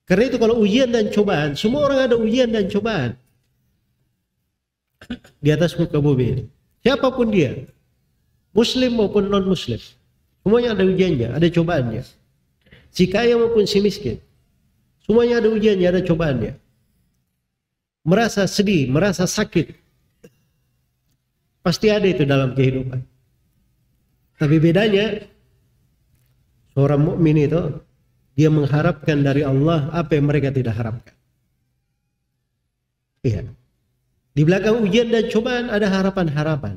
Karena itu kalau ujian dan cobaan, semua orang ada ujian dan cobaan di atas muka bumi ini. Siapapun dia, muslim maupun non muslim, semuanya ada ujiannya, ada cobaannya. Si kaya maupun si miskin, semuanya ada ujiannya, ada cobaannya. Merasa sedih, merasa sakit, pasti ada itu dalam kehidupan. Tapi bedanya, seorang mukmin itu dia mengharapkan dari Allah apa yang mereka tidak harapkan. Iya. Di belakang ujian dan cobaan ada harapan-harapan.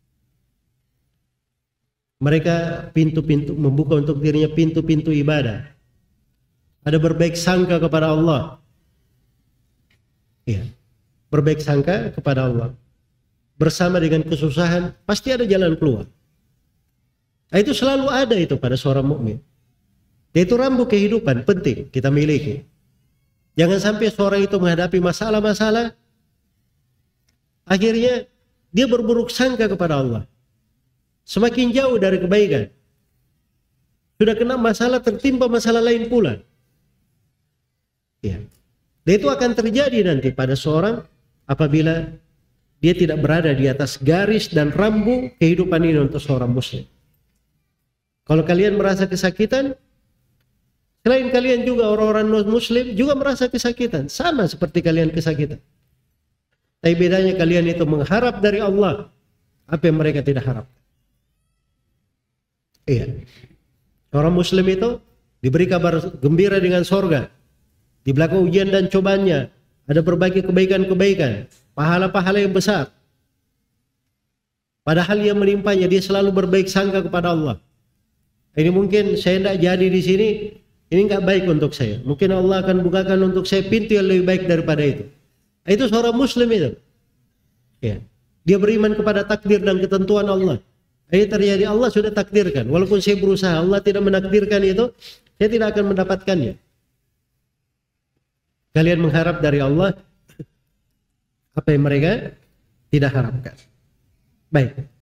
Mereka pintu-pintu membuka untuk dirinya pintu-pintu ibadah. Ada berbaik sangka kepada Allah. Iya. Berbaik sangka kepada Allah. Bersama dengan kesusahan pasti ada jalan keluar. Nah, itu selalu ada itu pada seorang mukmin. Itu rambu kehidupan penting kita miliki. Jangan sampai seorang itu menghadapi masalah-masalah, akhirnya dia berburuk sangka kepada Allah. Semakin jauh dari kebaikan. Sudah kena masalah, tertimpa masalah lain pula. Ya. Dan itu akan terjadi nanti pada seorang apabila dia tidak berada di atas garis dan rambu kehidupan ini untuk seorang muslim. Kalau kalian merasa kesakitan, selain kalian juga orang-orang non-muslim juga merasa kesakitan. Sama seperti kalian kesakitan. Tapi bedanya kalian itu mengharap dari Allah apa yang mereka tidak harap. Iya. Orang muslim itu diberi kabar gembira dengan sorga. Di belakang ujian dan cobaannya ada berbagai kebaikan-kebaikan, pahala-pahala yang besar. Padahal yang menimpanya dia selalu berbaik sangka kepada Allah. Ini mungkin saya tidak jadi di sini, ini nggak baik untuk saya. Mungkin Allah akan bukakan untuk saya pintu yang lebih baik daripada itu. Itu seorang muslim itu. Ya. Dia beriman kepada takdir dan ketentuan Allah. Ini terjadi, Allah sudah takdirkan. Walaupun saya berusaha, Allah tidak menakdirkan itu, saya tidak akan mendapatkannya. Kalian mengharap dari Allah apa yang mereka tidak harapkan. Baik.